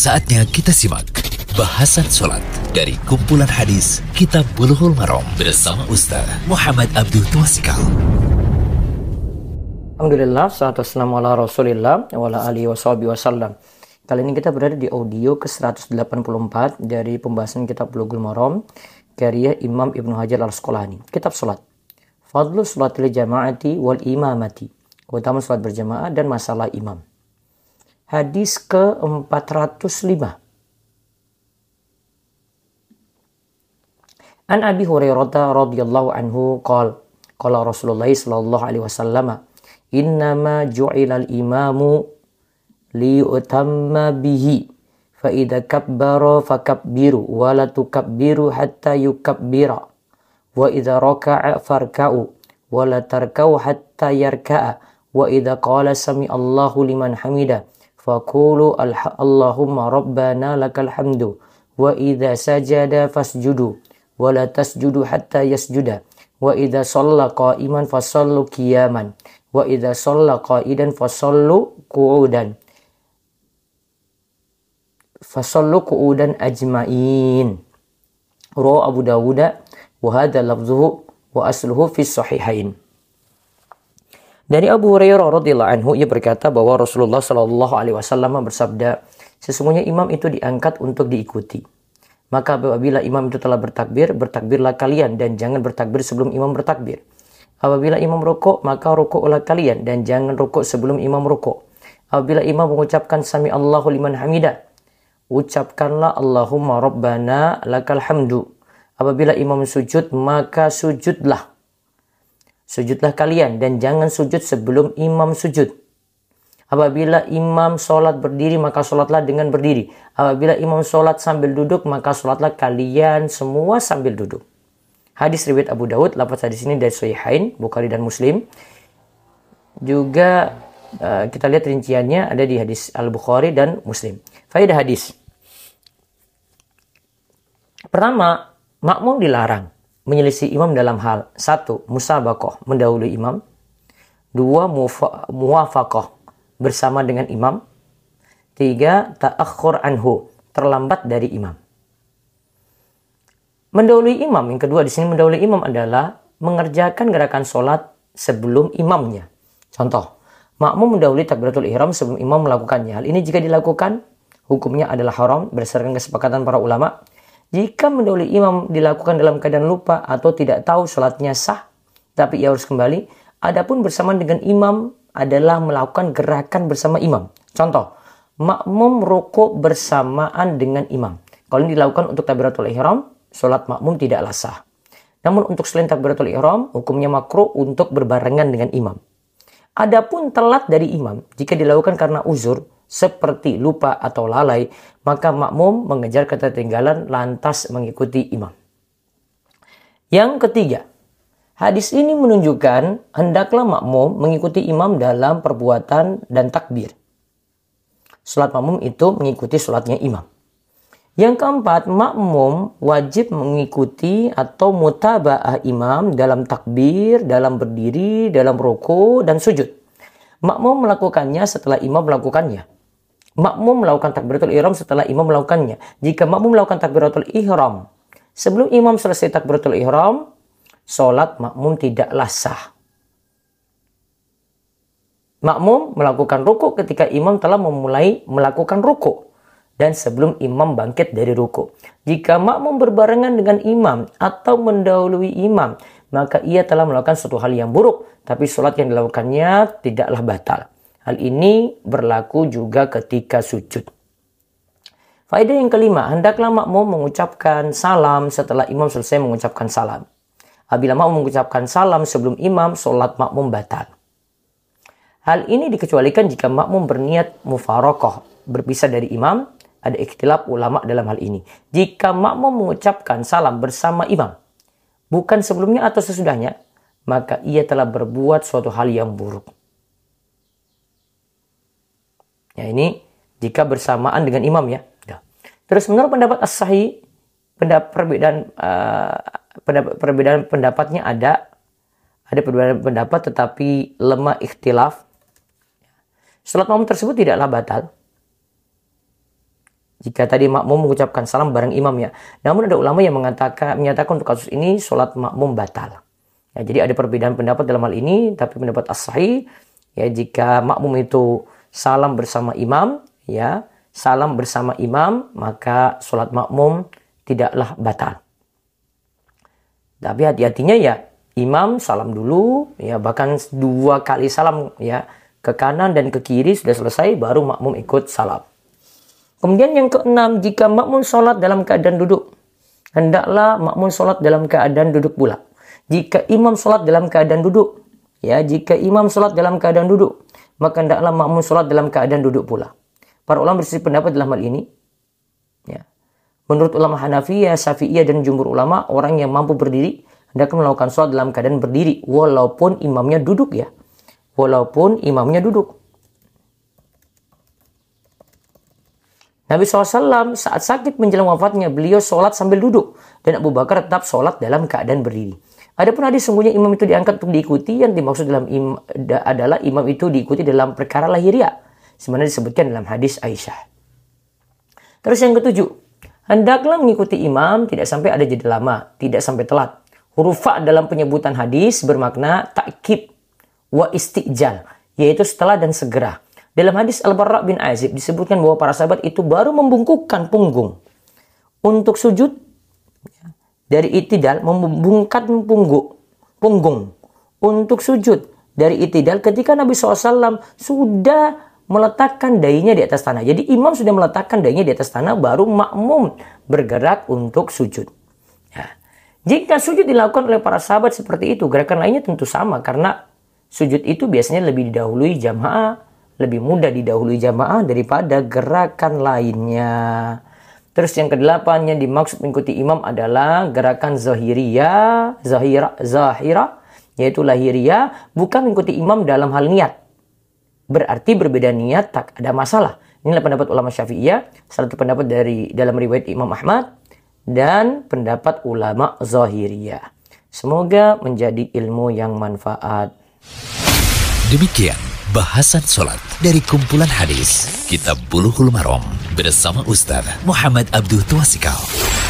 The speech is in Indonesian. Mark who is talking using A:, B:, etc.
A: Saatnya kita simak bahasan sholat dari kumpulan hadis Kitab Bulughul Maram bersama Ustaz Muhammad Abdul Twasikal.
B: Alhamdulillah, salatu wassalamu ala rasulillah wa ala alihi wa sahbihi wasallam. Kali ini kita berada di audio ke-184 dari pembahasan Kitab Bulughul Maram karya Imam Ibnu Hajar al-Asqalani. Kitab sholat. Fadlu sholatil jama'ati wal imamati. Keutamaan sholat berjamaah dan masalah imam. Hadis ke-405. An Abi Hurairah radhiyallahu anhu qala Rasulullah sallallahu alaihi wasallam innama ju'ilal imamu liyutamma bihi fa idza kabbara fakabbiru wa la tukabbiru hatta yukabbira wa idza raka'a farka'u wa la tarka'u hatta yarka'a wa idza qala sami Allahu liman hamida faqulu Allahumma rabbana lakal hamdu wa idza sajada fasjudu wa la tasjudu hatta yasjuda wa idza shalla qa'iman fasallu qiyaman wa idza shalla qa'idan fasallu qu'udan ajma'in. Rawahu Abu Dawud wa hadha lafzuhu wa asluhu fi sahihain. Dari Abu Hurairah radhiyallahu anhu, ia berkata bahwa Rasulullah sallallahu alaihi wasallam bersabda, sesungguhnya imam itu diangkat untuk diikuti. Maka apabila imam itu telah bertakbir, bertakbirlah kalian dan jangan bertakbir sebelum imam bertakbir. Apabila imam rukuk, maka rukuklah kalian dan jangan rukuk sebelum imam rukuk. Apabila imam mengucapkan sami Allahu liman hamidah, ucapkanlah Allahumma rabbana lakal hamdu. Apabila imam sujud, maka sujudlah kalian dan jangan sujud sebelum imam sujud. Apabila imam sholat berdiri, maka sholatlah dengan berdiri. Apabila imam sholat sambil duduk, maka sholatlah kalian semua sambil duduk. Hadis riwayat Abu Dawud, lafaz hadis ini dari Sahihain, Bukhari dan Muslim. Juga kita lihat rinciannya ada di hadis Al-Bukhari dan Muslim. Faedah hadis. Pertama, makmum dilarang menyelisih imam dalam hal 1. Musabaqah, mendahului imam. 2. Muwafaqah, bersama dengan imam. 3. Ta'akhur anhu, terlambat dari imam. Mendahului imam, yang kedua di sini mendahului imam adalah mengerjakan gerakan sholat sebelum imamnya. Contoh, makmum mendahului takbiratul ihram sebelum imam melakukannya. Hal ini jika dilakukan, hukumnya adalah haram berdasarkan kesepakatan para ulama. Jika mendahului imam dilakukan dalam keadaan lupa atau tidak tahu sholatnya sah, tapi ia harus kembali. Adapun bersamaan dengan imam adalah melakukan gerakan bersama imam. Contoh, makmum rukuk bersamaan dengan imam. Kalau ini dilakukan untuk takbiratul ihram, sholat makmum tidaklah sah. Namun untuk selain takbiratul ihram, hukumnya makruh untuk berbarengan dengan imam. Adapun telat dari imam, jika dilakukan karena uzur, seperti lupa atau lalai, maka makmum mengejar ketertinggalan lantas mengikuti imam. Yang ketiga, hadis ini menunjukkan hendaklah makmum mengikuti imam dalam perbuatan dan takbir. Salat makmum itu mengikuti salatnya imam. Yang keempat, makmum wajib mengikuti atau mutaba'ah imam dalam takbir, dalam berdiri, dalam ruku dan sujud. Makmum melakukannya setelah imam melakukannya. Makmum melakukan takbiratul ihram setelah imam melakukannya. Jika makmum melakukan takbiratul ihram sebelum imam selesai takbiratul ihram, sholat makmum tidaklah sah. Makmum melakukan ruku ketika imam telah memulai melakukan ruku dan sebelum imam bangkit dari ruku. Jika makmum berbarengan dengan imam atau mendahului imam, maka ia telah melakukan suatu hal yang buruk, tapi sholat yang dilakukannya tidaklah batal. Hal ini berlaku juga ketika sujud. Faedah yang kelima, hendaklah makmum mengucapkan salam setelah imam selesai mengucapkan salam. Apabila makmum mengucapkan salam sebelum imam, sholat makmum batal. Hal ini dikecualikan jika makmum berniat mufaraqah, berpisah dari imam. Ada ikhtilaf ulama dalam hal ini. Jika makmum mengucapkan salam bersama imam, bukan sebelumnya atau sesudahnya, maka ia telah berbuat suatu hal yang buruk. Ya, ini jika bersamaan dengan imam ya. Terus menurut pendapat as-sahih, perbedaan pendapatnya ada perbedaan pendapat tetapi lemah ikhtilaf. Salat makmum tersebut tidaklah batal. Jika tadi makmum mengucapkan salam bareng imamnya. Namun ada ulama yang menyatakan untuk kasus ini sholat makmum batal. Ya, jadi ada perbedaan pendapat dalam hal ini, tapi pendapat as-sahih, ya, jika makmum itu salam bersama imam, ya, salam bersama imam, maka sholat makmum tidaklah batal. Tapi hati-hatinya ya, imam salam dulu, ya, bahkan 2 kali salam, ya, ke kanan dan ke kiri sudah selesai, baru makmum ikut salam. Kemudian yang keenam, jika makmum sholat dalam keadaan duduk, hendaklah makmum sholat dalam keadaan duduk pula. Jika imam sholat dalam keadaan duduk, ya, jika imam sholat dalam keadaan duduk, maka hendaklah makmum sholat dalam keadaan duduk pula. Para ulama berselisih pendapat dalam hal ini. Ya. Menurut ulama Hanafiyah, Syafi'iyah, dan jumhur ulama, orang yang mampu berdiri hendaklah melakukan sholat dalam keadaan berdiri, walaupun imamnya duduk, ya. Walaupun imamnya duduk. Nabi SAW saat sakit menjelang wafatnya, beliau sholat sambil duduk. Dan Abu Bakar tetap sholat dalam keadaan berdiri. Adapun hadis sungguhnya imam itu diangkat untuk diikuti, yang dimaksud dalam adalah imam itu diikuti dalam perkara lahiriah, sebenarnya disebutkan dalam hadis Aisyah. Terus yang ketujuh, hendaklah mengikuti imam tidak sampai ada jeda lama, tidak sampai telat. Huruf fa dalam penyebutan hadis bermakna ta'kid wa istijal, yaitu setelah dan segera. Dalam hadis Al-Barra bin Azib disebutkan bahwa para sahabat itu baru membungkukkan punggung untuk sujud. Dari itidal, membungkukkan punggung untuk sujud dari itidal ketika Nabi SAW sudah meletakkan dahinya di atas tanah. Jadi imam sudah meletakkan dahinya di atas tanah, baru makmum bergerak untuk sujud. Ya. Jika sujud dilakukan oleh para sahabat seperti itu, gerakan lainnya tentu sama, karena sujud itu biasanya lebih didahului jamaah, lebih mudah didahului jamaah daripada gerakan lainnya. Terus yang kedelapan, yang dimaksud mengikuti imam adalah gerakan zahiriyah, yaitu lahiriah, bukan mengikuti imam dalam hal niat. Berarti berbeda niat, tak ada masalah. Inilah pendapat ulama Syafi'iyah, salah satu pendapat dalam riwayat Imam Ahmad, dan pendapat ulama zahiriyah. Semoga menjadi ilmu yang manfaat.
A: Demikian bahasan sholat dari kumpulan hadis Kitab Bulughul Maram bersama Ustaz Muhammad Abduh Twasikal.